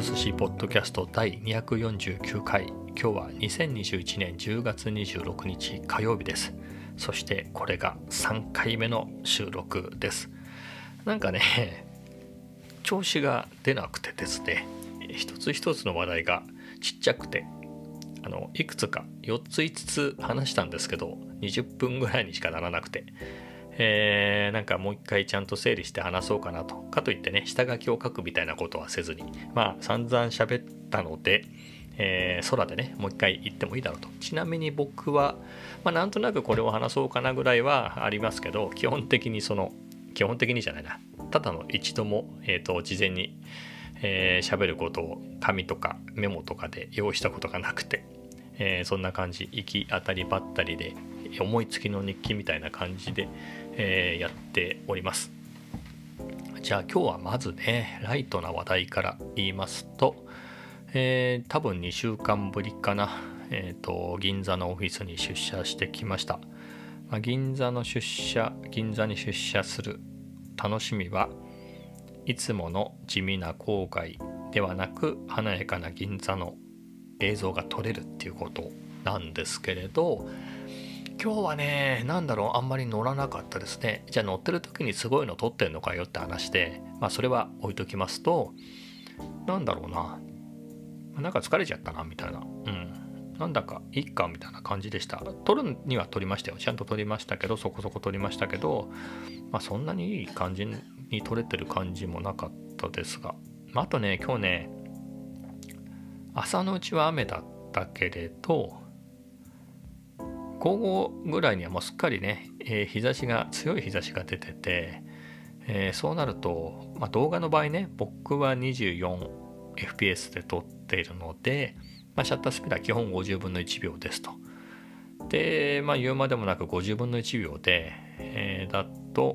ト寿司ポッドキャスト第249回。今日は2021年10月26日火曜日です。そしてこれが3回目の収録です。なんかね、調子が出なくてですね、一つ一つの話題がちっちゃくて、いくつか4つ5つ話したんですけど、20分ぐらいにしかならなくて、なんかもう一回ちゃんと整理して話そうかなと。かといってね、下書きを書くみたいなことはせずに、散々喋ったので、空でねもう一回言ってもいいだろうと。ちなみに僕は、なんとなくこれを話そうかなぐらいはありますけど、基本的にじゃないな、ただの一度も、事前に喋ることを紙とかメモとかで用意したことがなくて、そんな感じ、行き当たりばったりで思いつきの日記みたいな感じで、やっております。じゃあ今日はまずね、ライトな話題から言いますと、多分2週間ぶりかな、銀座のオフィスに出社してきました。銀座に出社する楽しみはいつもの地味な郊外ではなく、華やかな銀座の映像が撮れるっていうことなんですけれど、今日はね、あんまり乗らなかったですね。じゃあ乗ってる時にすごいの撮ってんのかよって話で、それは置いときますと、なんか疲れちゃったなみたいな、なんだかいいかみたいな感じでした。撮るには撮りましたよ。ちゃんと撮りましたけど、そこそこ撮りましたけど、そんなにいい感じに撮れてる感じもなかったですが、あとね、今日ね、朝のうちは雨だったけれど、午後ぐらいにはもうすっかりね、強い日差しが出てて、そうなると、動画の場合ね、僕は 24fps で撮っているので、シャッタースピードは基本50分の1秒ですと。で、言うまでもなく50分の1秒で、だと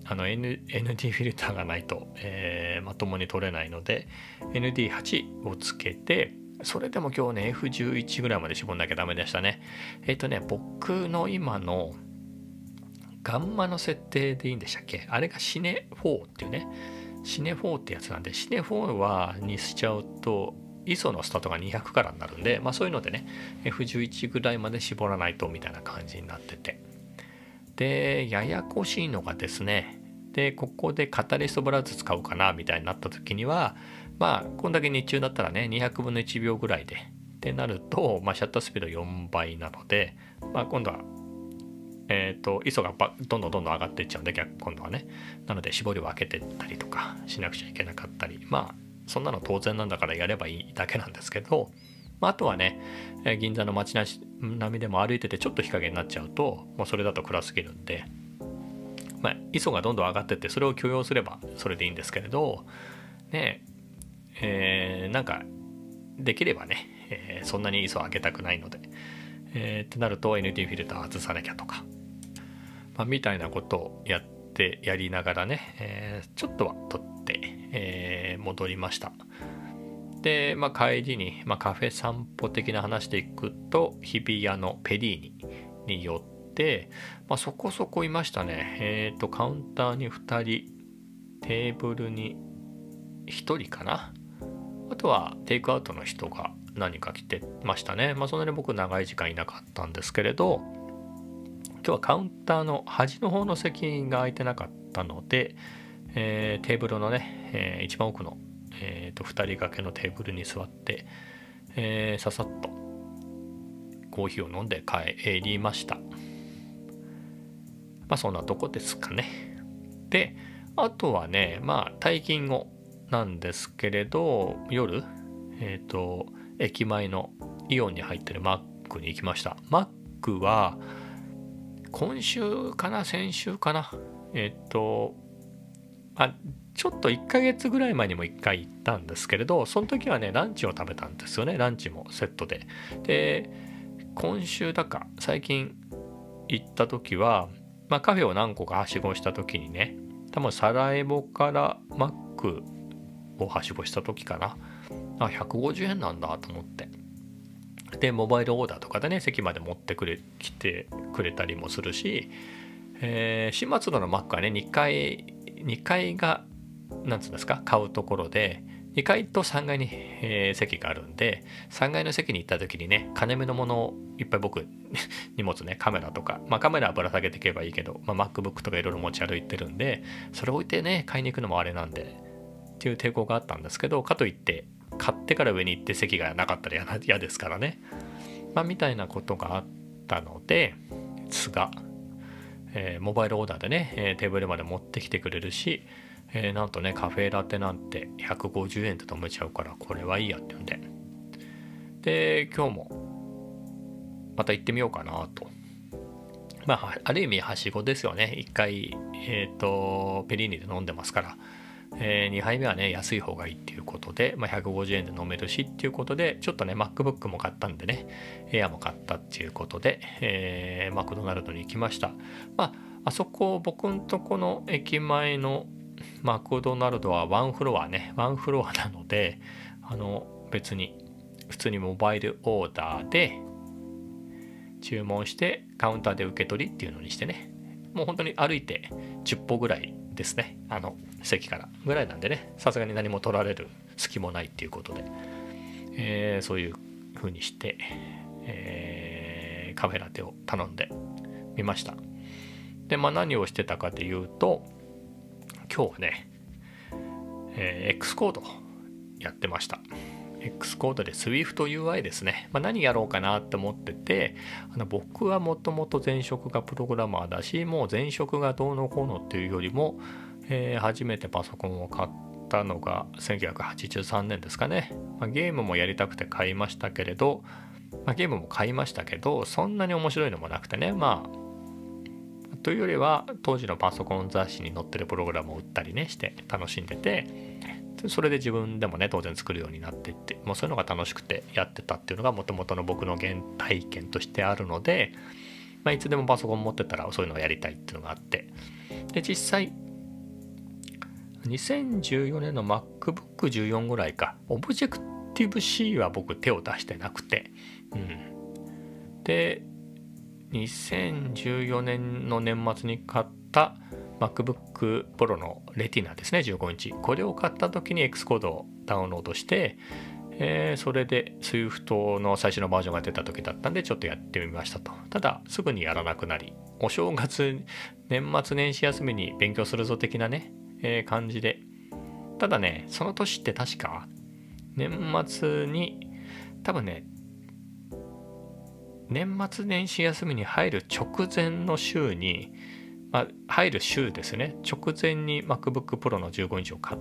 ND フィルターがないと、まともに撮れないので ND8 をつけて、それでも今日ね F11 ぐらいまで絞んなきゃダメでしたね。僕の今のガンマの設定でいいんでしたっけ、あれがシネ4っていうね、シネ4ってやつなんで、シネ4にしちゃうと ISO のスタートが200からになるんで、そういうのでね F11 ぐらいまで絞らないとみたいな感じになってて、でややこしいのがですね、でここでカタリストブラウザ使うかなみたいになった時には、こんだけ日中だったらね200分の1秒ぐらいでってなると、シャッタースピード4倍なので、今度はISO がどんどん上がっていっちゃうんで、今度はね、なので絞りを開けてったりとかしなくちゃいけなかったり、そんなの当然なんだからやればいいだけなんですけど、あとはね、銀座の街並みでも歩いててちょっと日陰になっちゃうと、もうそれだと暗すぎるんで、ISO がどんどん上がってって、それを許容すればそれでいいんですけれどね、できればね、そんなに ISO 上げたくないので、ってなると ND フィルター外さなきゃとか、みたいなことをやりながらね、ちょっとは撮って、戻りました。で、帰りに、カフェ散歩的な話でいくと、日比谷のペリーニに寄って、そこそこいましたね。カウンターに2人、テーブルに1人かな。あとはテイクアウトの人が何か来てましたね。そんなに僕長い時間いなかったんですけれど、今日はカウンターの端の方の席が空いてなかったので、テーブルのね、一番奥の、2人掛けのテーブルに座って、ささっとコーヒーを飲んで帰りました。そんなとこですかね。で、あとはね、退勤後なんですけれど、夜、駅前のイオンに入ってるマックに行きました。マックは今週かな先週かな、ちょっと1ヶ月ぐらい前にも1回行ったんですけれど、その時はねランチを食べたんですよね。ランチもセットで。で、今週最近行った時は、カフェを何個かはしごした時にね、多分サラエボからマックをはしごした時かな、150円なんだと思って、でモバイルオーダーとかでね席まで持ってきてくれたりもするし、新松戸のマックはね2階がなんつうんですか、買うところで、 2階と3階に、席があるんで、3階の席に行った時にね、金目のものをいっぱい僕荷物ね、カメラとか、カメラはぶら下げていけばいいけど、MacBook とかいろいろ持ち歩いてるんで、それ置いてね買いに行くのもあれなんでっていう抵抗があったんですけど、かといって買ってから上に行って席がなかったら嫌ですからね、みたいなことがあったのですが、モバイルオーダーでね、テーブルまで持ってきてくれるし、なんとねカフェラテなんて150円で飲めちゃうから、これはいいやって言うんで、今日もまた行ってみようかなと。ある意味はしごですよね。1回ペリーニで飲んでますから、2杯目はね安い方がいいっていうことで、150円で飲めるしっていうことで、ちょっとね MacBook も買ったんでね、Air も買ったっていうことで、マクドナルドに行きました。あそこ僕んとこの駅前のマクドナルドはワンフロアなので、別に普通にモバイルオーダーで注文してカウンターで受け取りっていうのにしてね、もう本当に歩いて10歩ぐらいですね、席からぐらいなんでね、さすがに何も取られる隙もないっていうことで、そういう風にして、カフェラテを頼んでみました。で何をしてたかというと、今日はね、X コードやってました。X コードで SwiftUI ですね。何やろうかなって思ってて、僕はもともと前職がプログラマーだし、もう前職がどうのこうのっていうよりも、初めてパソコンを買ったのが1983年ですかね。ゲームもやりたくて買いましたけれど、そんなに面白いのもなくてね、というよりは当時のパソコン雑誌に載ってるプログラムを売ったりねして楽しんでて、それで自分でもね当然作るようになっていって、もうそういうのが楽しくてやってたっていうのがもともとの僕の原体験としてあるので、いつでもパソコン持ってたらそういうのをやりたいっていうのがあって、で実際2014年の MacBook14 ぐらいか、オブジェクティブ C は僕手を出してなくて、で2014年の年末に買った MacBook Pro のレティナですね、15インチ、これを買った時に X コードをダウンロードして、それで Swift の最初のバージョンが出た時だったんでちょっとやってみましたと。ただすぐにやらなくなり、お正月年末年始休みに勉強するぞ的なね、感じで、ただねその年って確か年末に多分ね、年末年始休みに入る直前の週に、入る週ですね、直前に MacBook Pro の15インチを買って、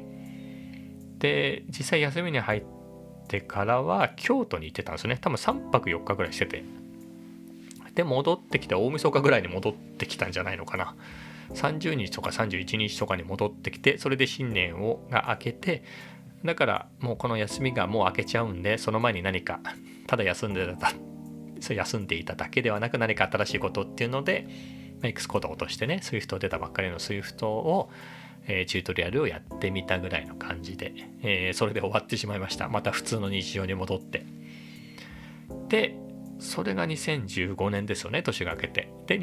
で実際休みに入ってからは京都に行ってたんですよね。多分3泊4日ぐらいしてて、で戻ってきて大晦日ぐらいに戻ってきたんじゃないのかな。30日とか31日とかに戻ってきて、それで新年が明けて、だからもうこの休みがもう明けちゃうんで、その前に何かただ休んでいただけではなく何か新しいことっていうので、X コードを落としてね、Swift 出たばっかりの Swift を、チュートリアルをやってみたぐらいの感じで、それで終わってしまいました。また普通の日常に戻って、でそれが2015年ですよね、年が明けて。で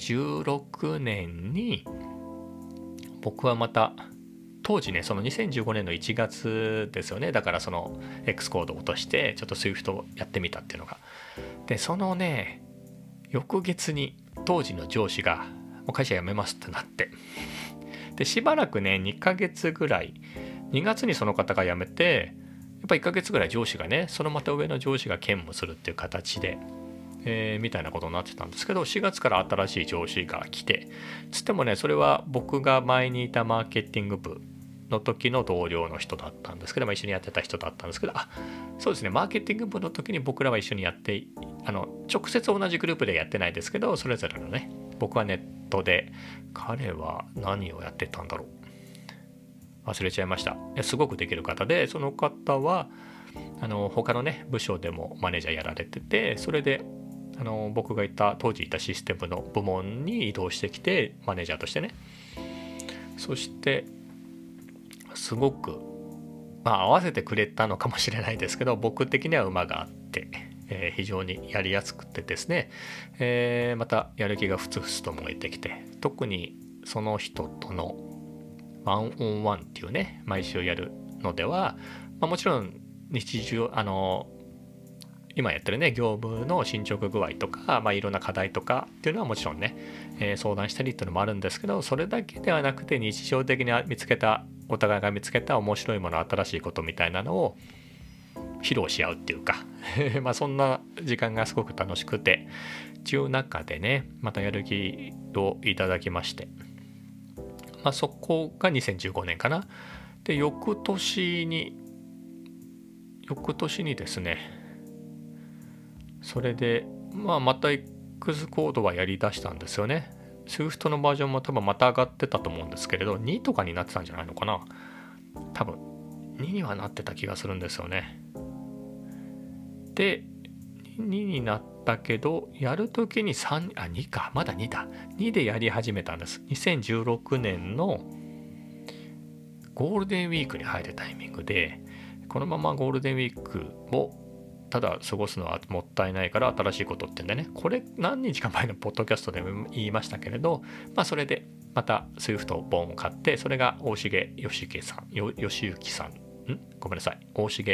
2016年に僕はまた当時ね、その2015年の1月ですよね、だからその X コードを落としてちょっと Swift をやってみたっていうのが、でそのね翌月に当時の上司がもう会社辞めますってなって、でしばらくね2ヶ月ぐらい、2月にその方が辞めて、やっぱ1ヶ月ぐらい上司がね、そのまた上の上司が兼務するっていう形で、みたいなことになってたんですけど、4月から新しい上司が来て、つってもねそれは僕が前にいたマーケティング部の時の同僚の人だったんですけど、一緒にやってた人だったんですけど、そうですね、マーケティング部の時に僕らは一緒にやって、直接同じグループでやってないですけど、それぞれのね、僕はネットで、彼は何をやってたんだろう、忘れちゃいました。すごくできる方で、その方は他のね部署でもマネージャーやられてて、それで僕が当時いたシステムの部門に移動してきて、マネージャーとしてね、そしてすごく合わせてくれたのかもしれないですけど、僕的には馬があって、非常にやりやすくてですね、またやる気がふつふつと燃えてきて、特にその人とのワンオンワンっていうね、毎週やるのでは、もちろん日常今やってるね業務の進捗具合とか、いろんな課題とかっていうのはもちろんね、相談したりっていうのもあるんですけど、それだけではなくて日常的にお互いが見つけた面白いもの、新しいことみたいなのを披露し合うっていうかそんな時間がすごく楽しくて、中中でねまたやる気をいただきまして、そこが2015年かな。で翌年にですね、それでまた X コードはやりだしたんですよね。 Swift のバージョンも多分また上がってたと思うんですけれど、2とかになってたんじゃないのかな。多分2にはなってた気がするんですよね。で2になったけど、やるときに2か、まだ2だ。2でやり始めたんです。2016年のゴールデンウィークに入るタイミングで、このままゴールデンウィークをただ過ごすのはもったいないから新しいことってんでね、これ何日か前のポッドキャストでも言いましたけれど、それでまた Swift 本を買って、それが大重義之さん、ごめんなさい、大重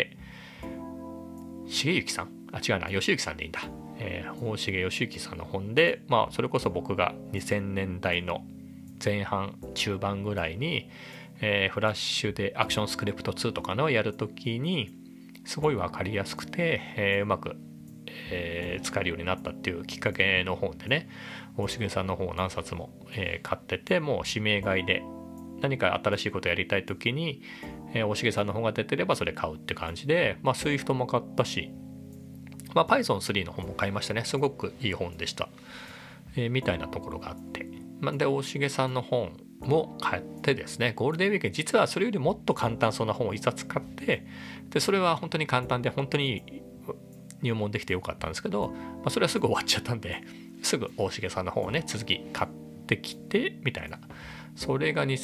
之さん、違うな、義之さんでいいんだ。大重義之さんの本で、それこそ僕が2000年代の前半中盤ぐらいに、フラッシュでアクションスクリプト2とかのやるときにすごい分かりやすくて、うまく、使えるようになったっていうきっかけの本でね、大重さんの本を何冊も、買ってて、もう指名買いで何か新しいことやりたいときに、大重さんの本が出てればそれ買うって感じで、Swift も買ったし、Python3 の本も買いましたね。すごくいい本でした、みたいなところがあって、で大重さんの本も買ってですね、ゴールデンウィークに実はそれよりもっと簡単そうな本を一冊買って、でそれは本当に簡単で本当に入門できてよかったんですけど、それはすぐ終わっちゃったんで、すぐ大重さんの本をね続き買ってきてみたいな、それが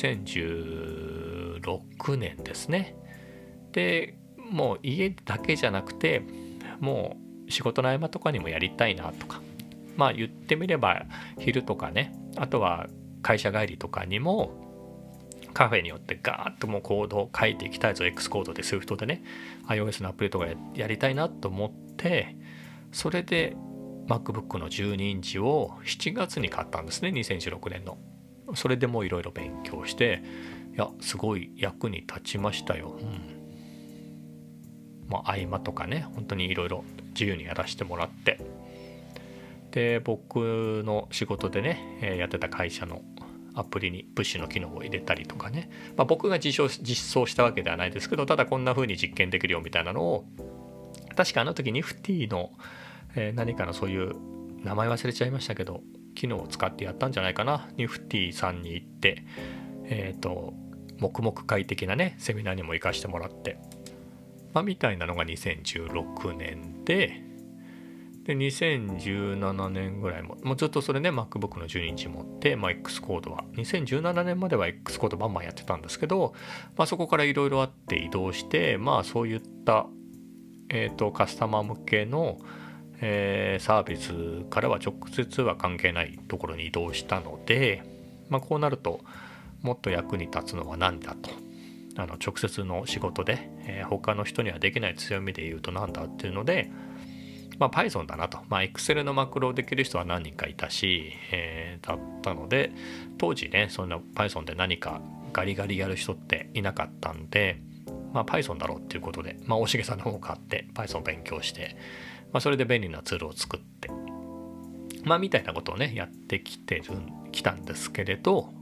2016年ですね。でもう家だけじゃなくて、もう仕事の合間とかにもやりたいなとか、言ってみれば昼とかね、あとは会社帰りとかにもカフェによってガーッともうコードを書いていきたいぞ、 X コードで Swift でね iOS のアプリとかやりたいなと思って、それで MacBook の12インチを7月に買ったんですね、2016年の。それでもういろいろ勉強して、いやすごい役に立ちましたよ。合間とかね、本当にいろいろ自由にやらせてもらって、で僕の仕事でね、やってた会社のアプリにプッシュの機能を入れたりとかね、僕が実装したわけではないですけど、ただこんな風に実験できるよみたいなのを、確かあの時ニフティの、何かのそういう名前忘れちゃいましたけど、機能を使ってやったんじゃないかな。ニフティさんに行って、黙々会的なねセミナーにも行かしてもらって、みたいなのが2016年で、2017年ぐらいもうずっとそれね MacBook の12インチ持って、X コードは2017年までは X コードバンバンやってたんですけど、そこからいろいろあって移動して、そういった、カスタマー向けの、サービスからは直接は関係ないところに移動したので、こうなるともっと役に立つのは何だと、直接の仕事で、他の人にはできない強みで言うと何だっていうので、Python だなと。Excel のマクロをできる人は何人かいたし、だったので、当時ねそんな Python で何かガリガリやる人っていなかったんで、Python だろうっていうことで、大重さんの方を買って Python 勉強して、それで便利なツールを作って、みたいなことをねやってきたんですけれど、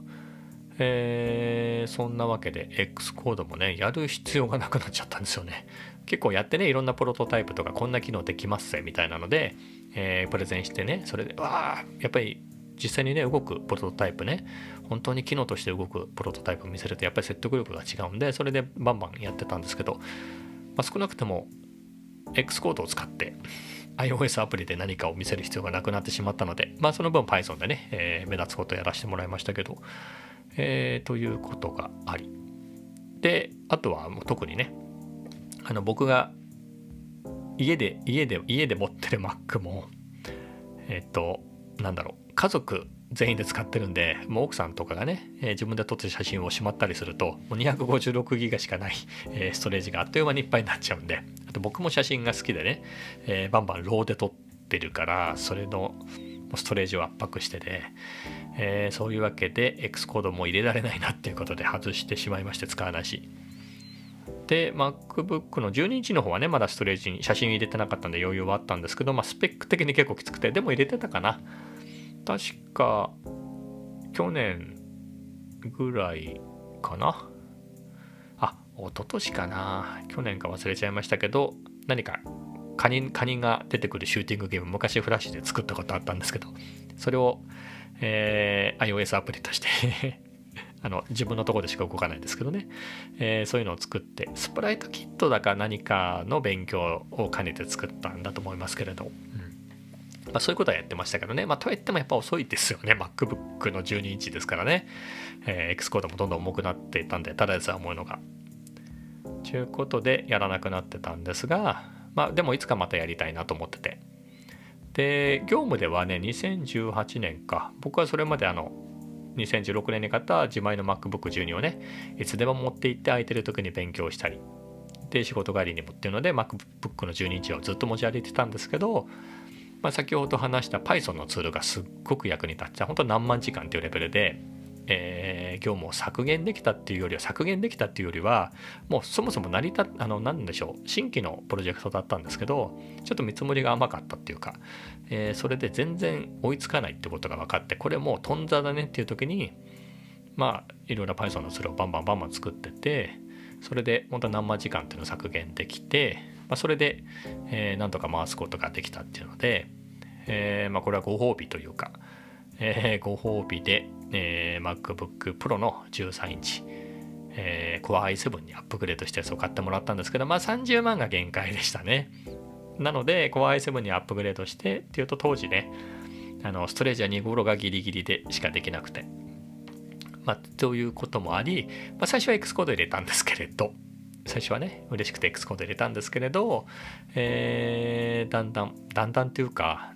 そんなわけで X コードもねやる必要がなくなっちゃったんですよね。結構やってね、いろんなプロトタイプとかこんな機能できますぜみたいなので、プレゼンしてね、それでやっぱり実際にね動くプロトタイプね、本当に機能として動くプロトタイプを見せるとやっぱり説得力が違うんで、それでバンバンやってたんですけど、少なくとも X コードを使って iOS アプリで何かを見せる必要がなくなってしまったので、その分 Python でね、目立つことをやらせてもらいましたけど、ということがあり、であとはもう特にね、僕が家で持ってる Mac も家族全員で使ってるんで、もう奥さんとかがね、自分で撮って写真をしまったりするともう256ギガしかない、ストレージがあっという間にいっぱいになっちゃうんで、あと僕も写真が好きでね、バンバンローで撮ってるから、それのストレージを圧迫してで、そういうわけで X コードも入れられないなっていうことで外してしまいまして、使わないし。で MacBook の12インチの方はね、まだストレージに写真入れてなかったんで余裕はあったんですけど、スペック的に結構きつくて、でも入れてたかな。確か去年ぐらいかな、一昨年かな、去年か忘れちゃいましたけど、何かカニが出てくるシューティングゲーム、昔フラッシュで作ったことあったんですけど、それを、iOS アプリとして自分のところでしか動かないんですけどね、そういうのを作って、スプライトキットだか何かの勉強を兼ねて作ったんだと思いますけれど、そういうことはやってましたけどね。とはいってもやっぱ遅いですよね。 MacBook の12インチですからね、X コードもどんどん重くなっていたんで、ただでさえ重いのがということでやらなくなってたんですが、でもいつかまたやりたいなと思ってて、で業務ではね、2018年か、僕はそれまで2016年に買った自前の MacBook12 をね、いつでも持って行って空いてる時に勉強したりで、仕事帰りにもっていうので MacBook の12インチをずっと持ち歩いてたんですけど、先ほど話した Python のツールがすっごく役に立っちゃう、本当何万時間っていうレベルで、業務を削減できたっていうよりは、もうそもそも何でしょう、新規のプロジェクトだったんですけど、ちょっと見積もりが甘かったっていうか、それで全然追いつかないってことが分かって、これもう頓挫だねっていう時に、いろいろ Python のツールをバンバン作ってて、それで本当何万時間っていうのを削減できて、それで、なんとか回すことができたっていうので、これはご褒美というか、ご褒美で、MacBook Pro の13インチ、Core i7 にアップグレードしたやつを買ってもらったんですけど、30万が限界でしたね。なので Core i7 にアップグレードしてっていうと、当時ね、ストレージは2頃がギリギリでしかできなくて、ということもあり、最初は X コード入れたんですけれど、最初はね嬉しくて X コード入れたんですけれど、だんだんっていうか、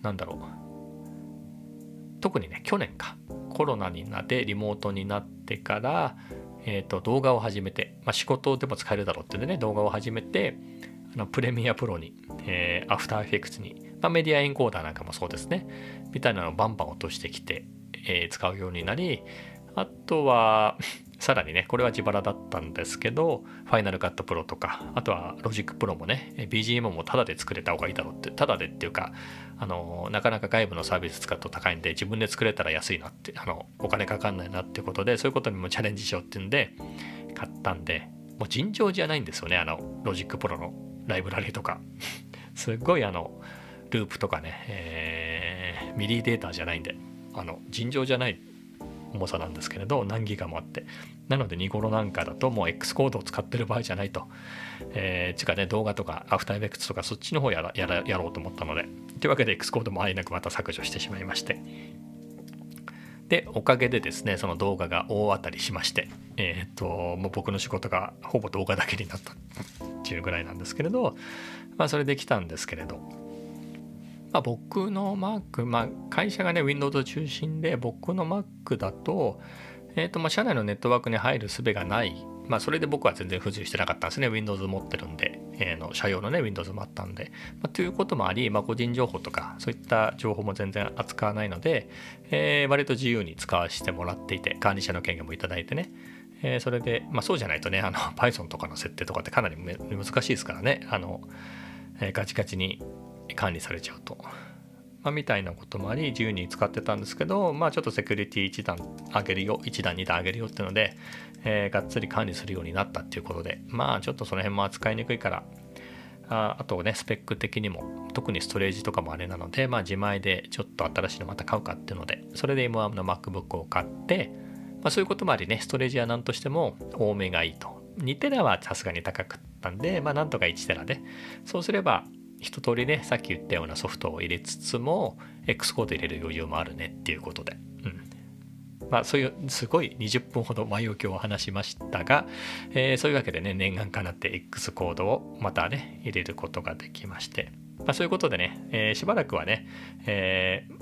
特にね去年か、コロナになってリモートになってから、動画を始めて、仕事でも使えるだろうっていうんでね、動画を始めて、プレミアプロに、アフターエフェクツに、メディアエンコーダーなんかもそうですね、みたいなのをバンバン落としてきて、使うようになり、あとはさらにね、これは自腹だったんですけど、ファイナルカットプロとか、あとはロジックプロもね、BGM もタダで作れた方がいいだろうって、タダでっていうか、なかなか外部のサービス使うと高いんで、自分で作れたら安いなって、お金かかんないなっていうことで、そういうことにもチャレンジしようっていうんで買ったんで、もう尋常じゃないんですよね、ロジックプロのライブラリとかすっごいループとかね、ミリデータじゃないんで、尋常じゃない重さなんですけれど、何ギガもあって、なので2頃なんかだともう X コードを使ってる場合じゃないと、つかね、動画とかアフターエフェクツとかそっちの方やろうと思ったので、というわけで X コードもあえなくまた削除してしまいまして、でおかげでですね、その動画が大当たりしまして、もう僕の仕事がほぼ動画だけになったっていうぐらいなんですけれど、それできたんですけれど、僕の Mac、会社がね Windows 中心で、僕の Mac だと、社内のネットワークに入る術がない、それで僕は全然不自由してなかったんですね。 Windows 持ってるんで、社用のね Windows もあったんで、ということもあり、個人情報とかそういった情報も全然扱わないので、割と自由に使わせてもらっていて、管理者の権限もいただいてね、それで、そうじゃないとね、Python とかの設定とかってかなり難しいですからね、ガチガチに管理されちゃうと、みたいなこともあり自由に使ってたんですけど、ちょっとセキュリティ1段上げるよ、1段2段上げるよっていうので、がっつり管理するようになったっていうことで、ちょっとその辺も扱いにくいから、あとねスペック的にも特にストレージとかもあれなので、自前でちょっと新しいのまた買うかっていうので、それで M1 の MacBook を買って、そういうこともありね、ストレージは何としても多めがいいと。2テラはさすがに高かったんで、なんとか1テラで、そうすれば一通りね、さっき言ったようなソフトを入れつつも X コード入れる余裕もあるねっていうことで、そういうすごい20分ほど前置きを話しましたが、そういうわけでね、念願かなって X コードをまたね入れることができまして、そういうことでね、しばらくはね、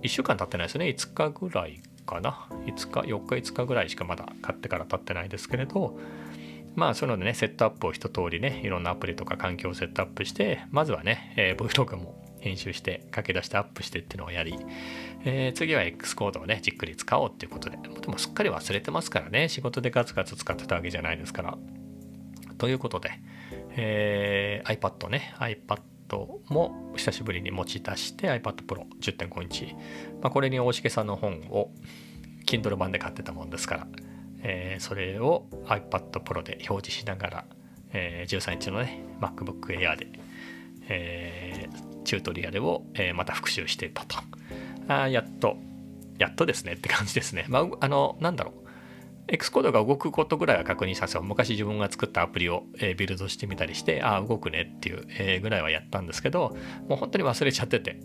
1週間経ってないですね。5日ぐらいかな。4日5日ぐらいしかまだ買ってから経ってないですけれど、まあそのねセットアップを一通りねいろんなアプリとか環境をセットアップして、まずはね、Vlog も編集して書き出してアップしてっていうのをやり、次は X コードをねじっくり使おうっていうことで、でもすっかり忘れてますからね、仕事でガツガツ使ってたわけじゃないですから。ということで、iPad ね iPad も久しぶりに持ち出して iPad Pro 10.5 インチ、これに大重さんの本を Kindle 版で買ってたもんですから、それを iPad Pro で表示しながら、13インチのね MacBook Air で、チュートリアルを、また復習していたと。やっとですねって感じですね。なんだろう、X コードが動くことぐらいは確認させよう。昔自分が作ったアプリを、ビルドしてみたりして、動くねっていう、ぐらいはやったんですけど、もう本当に忘れちゃってて、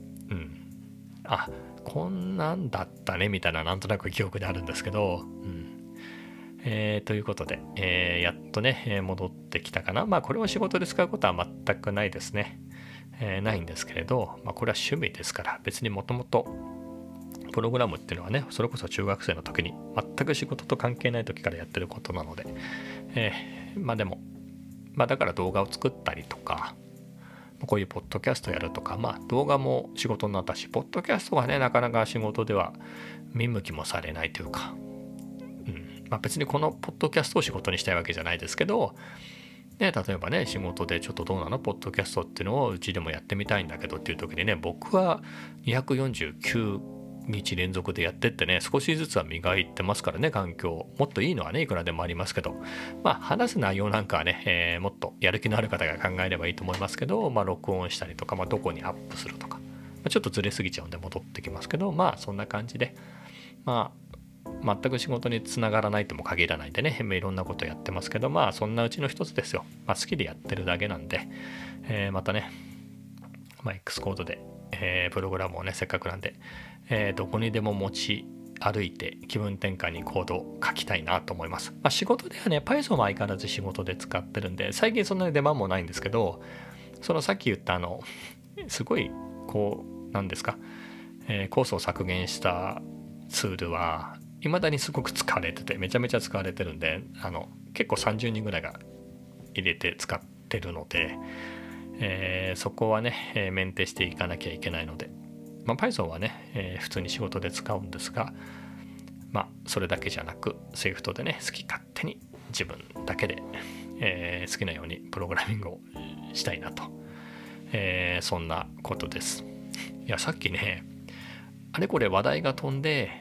こんなんだったねみたいな、なんとなく記憶であるんですけど、ということで、やっとね、戻ってきたかな。これを仕事で使うことは全くないですね。ないんですけれど、これは趣味ですから、別にもともとプログラムっていうのはね、それこそ中学生の時に全く仕事と関係ない時からやってることなので、でも、だから動画を作ったりとか、こういうポッドキャストやるとか、動画も仕事になったし、ポッドキャストはねなかなか仕事では見向きもされないというか、別にこのポッドキャストを仕事にしたいわけじゃないですけど、例えばね仕事でちょっとどうなのポッドキャストっていうのをうちでもやってみたいんだけどっていう時にね、僕は249日連続でやってってね、少しずつは磨いてますからね、環境もっといいのはねいくらでもありますけど、話す内容なんかはね、もっとやる気のある方が考えればいいと思いますけど、録音したりとか、どこにアップするとか、ちょっとずれすぎちゃうんで戻ってきますけど、そんな感じで、全く仕事につながらないとも限らないんでね、いろんなことやってますけど、そんなうちの一つですよ。好きでやってるだけなんで、またね、X コードで、プログラムをねせっかくなんで、どこにでも持ち歩いて気分転換にコードを書きたいなと思います。仕事ではね Python も相変わらず仕事で使ってるんで、最近そんなに出番もないんですけど、そのさっき言ったすごい何ですか、コストを削減したツールは未だにすごく使われてて、めちゃめちゃ使われてるんで、結構30人ぐらいが入れて使ってるので、そこはね、メンテしていかなきゃいけないので、Python はね、普通に仕事で使うんですが、それだけじゃなく Swift でね好き勝手に自分だけで、好きなようにプログラミングをしたいなと、そんなことです。いやさっきねあれこれ話題が飛んで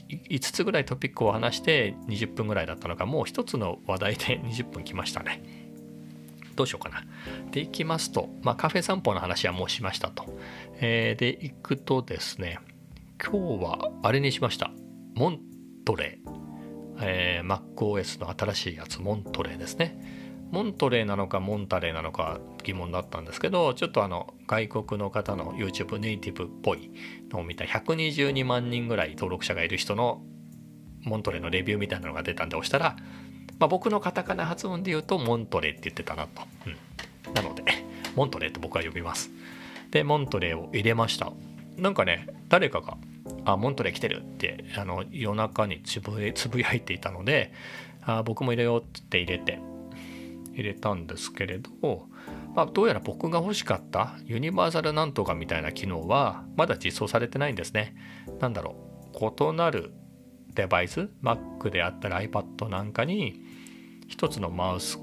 5つぐらいトピックを話して20分ぐらいだったのが、もう一つの話題で20分きましたね。どうしようかな。でいきますと、カフェ散歩の話はもうしましたと。でいくとですね、今日はあれにしました。モントレー、MacOS の新しいやつ、モントレーですね。モントレーなのかモンタレーなのか疑問だったんですけど、ちょっと外国の方の YouTube ネイティブっぽいのを見た122万人ぐらい登録者がいる人のモントレーのレビューみたいなのが出たんで押したら、僕のカタカナ発音で言うとモントレーって言ってたなと、なのでモントレーと僕は呼びます。でモントレーを入れました。なんかね誰かがモントレー来てるって夜中につぶやいていたので、僕も入れようって入れたんですけれど、どうやら僕が欲しかったユニバーサルなんとかみたいな機能はまだ実装されてないんですね。異なるデバイス Mac であったり iPad なんかに一つのマウス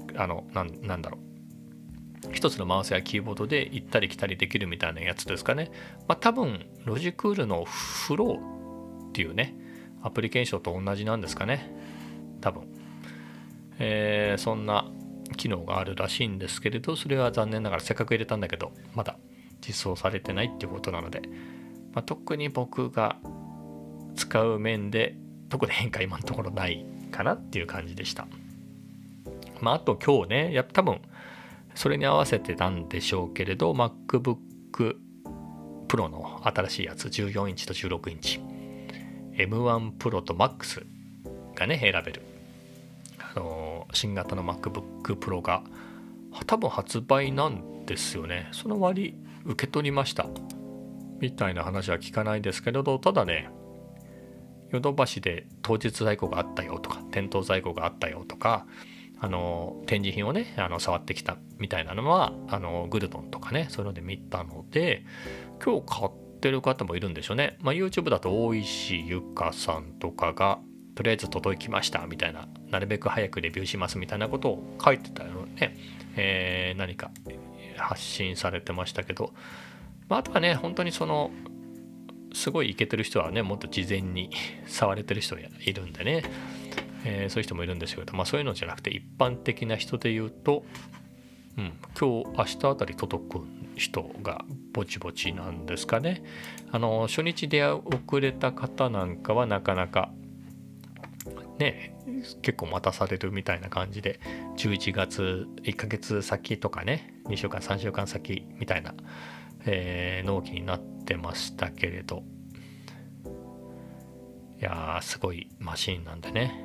一つのマウスやキーボードで行ったり来たりできるみたいなやつですかね。多分ロジクールのフローっていうねアプリケーションと同じなんですかね多分、そんな機能があるらしいんですけれど、それは残念ながらせっかく入れたんだけどまだ実装されてないっていうことなので、特に僕が使う面で特に変化今のところないかなっていう感じでした。あと今日ね多分それに合わせてなんでしょうけれど MacBook Pro の新しいやつ14インチと16インチ M1 Pro と Max がね選べる新型の MacBook Pro が多分発売なんですよね。その割受け取りました。 みたいな話は聞かないですけれど、ただね、ヨドバシで当日在庫があったよとか、店頭在庫があったよとか、展示品をね触ってきたみたいなのはグルトンとかね、そういうので見たので、今日買ってる方もいるんでしょうね。YouTube だと大石ゆかさんとかがとりあえず届きましたみたいな、なるべく早くレビューしますみたいなことを書いてたのね、何か発信されてましたけど、あとはね、本当にすごいイケてる人はね、もっと事前に触れてる人がいるんでね、そういう人もいるんですけど、そういうのじゃなくて一般的な人で言うと、今日明日あたり届く人がぼちぼちなんですかね。初日出遅れた方なんかはなかなかね、結構待たされるみたいな感じで、11月1ヶ月先とかね、2週間3週間先みたいな、納期になってましたけれど、いやーすごいマシンなんでね、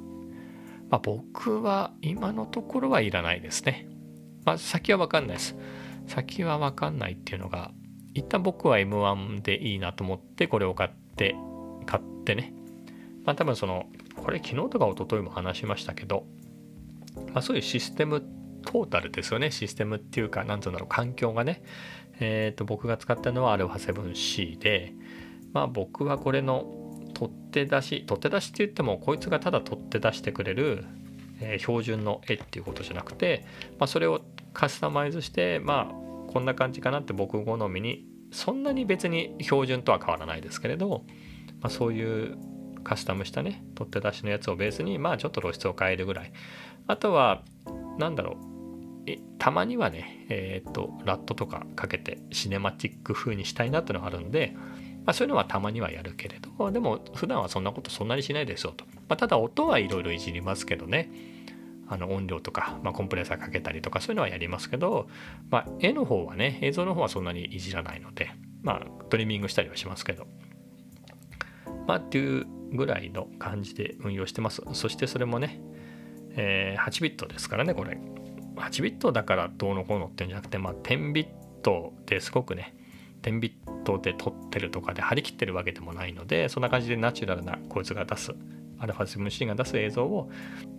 僕は今のところはいらないですね。先は分かんないです。先は分かんないっていうのが、一旦僕は M1 でいいなと思ってこれを買ってね、多分これ昨日とか一昨日も話しましたけど、そういうシステムトータルですよね。システムっていうか、なんつうんだろう、環境がね、僕が使ったのは α7C で、僕はこれの取って出しって言っても、こいつがただ取って出してくれる、標準の絵っていうことじゃなくて、それをカスタマイズして、こんな感じかなって僕好みに、そんなに別に標準とは変わらないですけれど、そういうカスタムしたね、取って出しのやつをベースに、ちょっと露出を変えるぐらい。あとはなんだろう、たまにはね、ラットとかかけてシネマティック風にしたいなっていうのがあるんで、そういうのはたまにはやるけれど、でも普段はそんなことそんなにしないですよと。ただ音はいろいろいじりますけどね、音量とか、コンプレッサーかけたりとかそういうのはやりますけど、絵の方はね、映像の方はそんなにいじらないので、トリミングしたりはしますけど、っていうぐらいの感じで運用してます。そしてそれもね、8ビットですからね、これ8ビットだからどうのこうのっていうんじゃなくて、10ビットですごくね、10ビットで撮ってるとかで張り切ってるわけでもないので、そんな感じでナチュラルなこいつが出す α7C が出す映像を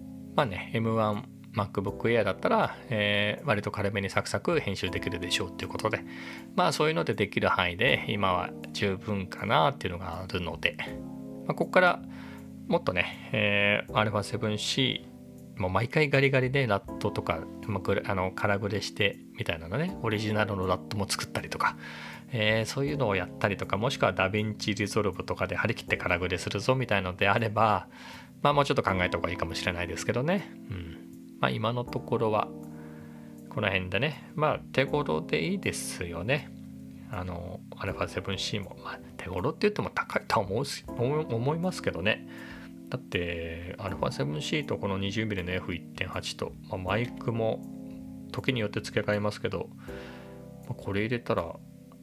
M1 MacBook Air だったら、割と軽めにサクサク編集できるでしょうっていうことで、そういうのでできる範囲で今は十分かなっていうのがあるので、ここからもっとね、α7C もう毎回ガリガリでラットとか、カラグレしてみたいなのね、オリジナルのラットも作ったりとか、そういうのをやったりとか、もしくはダヴィンチリゾルブとかで張り切ってカラグレするぞみたいなのであれば、もうちょっと考えた方がいいかもしれないですけどね。今のところはこの辺でね、手頃でいいですよね。α7C も、手頃って言っても高いとは思いますけどね。だって α7C とこの 20mm の F1.8 と、マイクも時によって付け替えますけど、これ入れたら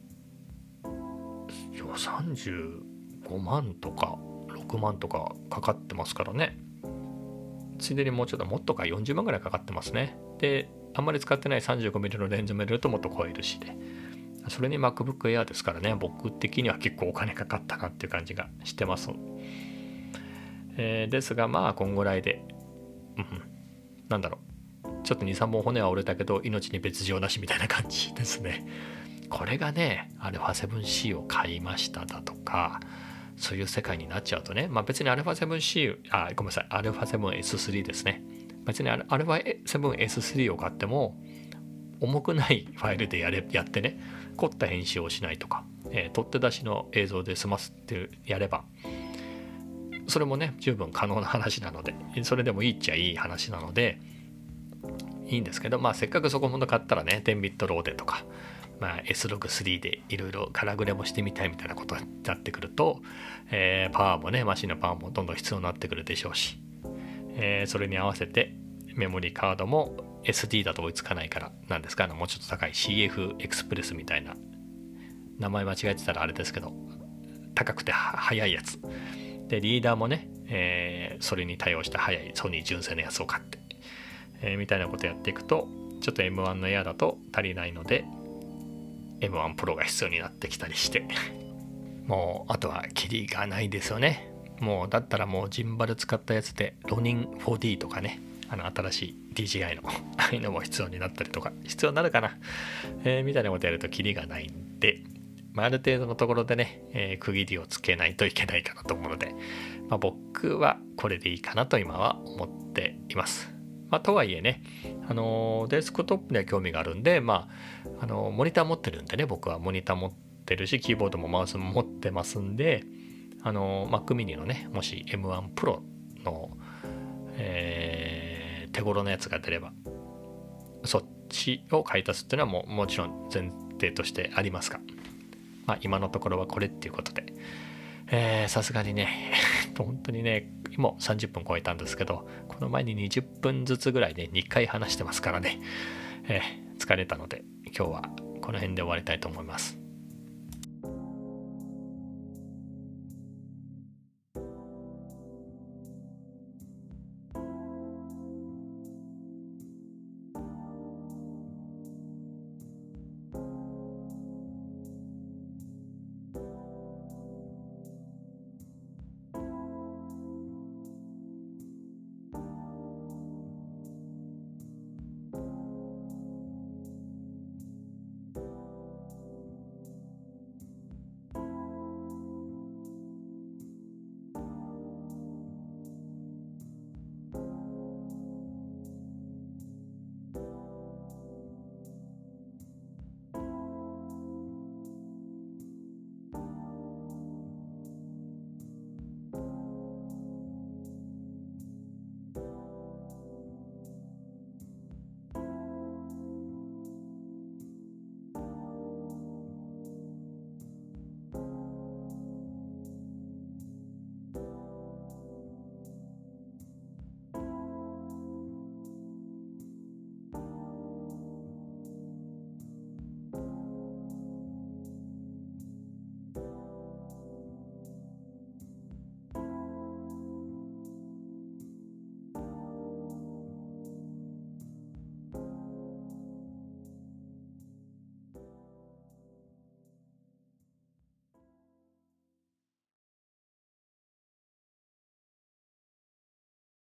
35万とか6万とかかかってますからね。ついでにもうちょっともっとか40万ぐらいかかってますね。で、あんまり使ってない 35mm のレンズも入れるともっと超えるしで、それに MacBook Air ですからね、僕的には結構お金かかったなっていう感じがしてます。ですがこんぐらいで、なんだろう、ちょっと 2,3 本骨は折れたけど命に別状なしみたいな感じですね。これがね α7C を買いましただとか、そういう世界になっちゃうとね、別に α7C ごめんなさい α7S3 ですね。別に α7S3 を買っても重くないファイルでやってね、凝った編集をしないとか、取って出しの映像で済ますってやれば、それもね十分可能な話なので、それでもいいっちゃいい話なのでいいんですけど、せっかくそこもの買ったらね、10ビットローでとか、S-Log3 でいろいろカラグレもしてみたいみたいなことになってくると、パワーもね、マシンのパワーもどんどん必要になってくるでしょうし、それに合わせてメモリーカードも SD だと追いつかないから、なんですか、もうちょっと高い CF エクスプレスみたいな、名前間違えてたらあれですけど、高くて速いやつで、リーダーもね、それに対応した速いソニー純正のやつを買って、みたいなことやっていくと、ちょっと M1 のエアだと足りないので、 M1 プロが必要になってきたりしてもうあとはキリがないですよね。もうだったらもうジンバル使ったやつでロニン 4D とかね、新しい DJI のああいうのも必要になったりとか、必要になるかな、みたいなことやるとキリがないんで、ある程度のところでね、区切りをつけないといけないかなと思うので、僕はこれでいいかなと今は思っています。とはいえね、デスクトップには興味があるんで、モニター持ってるんでね、僕はモニター持ってるし、キーボードもマウスも持ってますんで、Mac mini のね、もし M1 Pro の、手頃なやつが出れば、そっちを買い足すっていうのはもちろん前提としてありますが、今のところはこれっていうことで、さすがにね本当にね、今30分超えたんですけど、この前に20分ずつぐらいね2回話してますからね、疲れたので今日はこの辺で終わりたいと思います。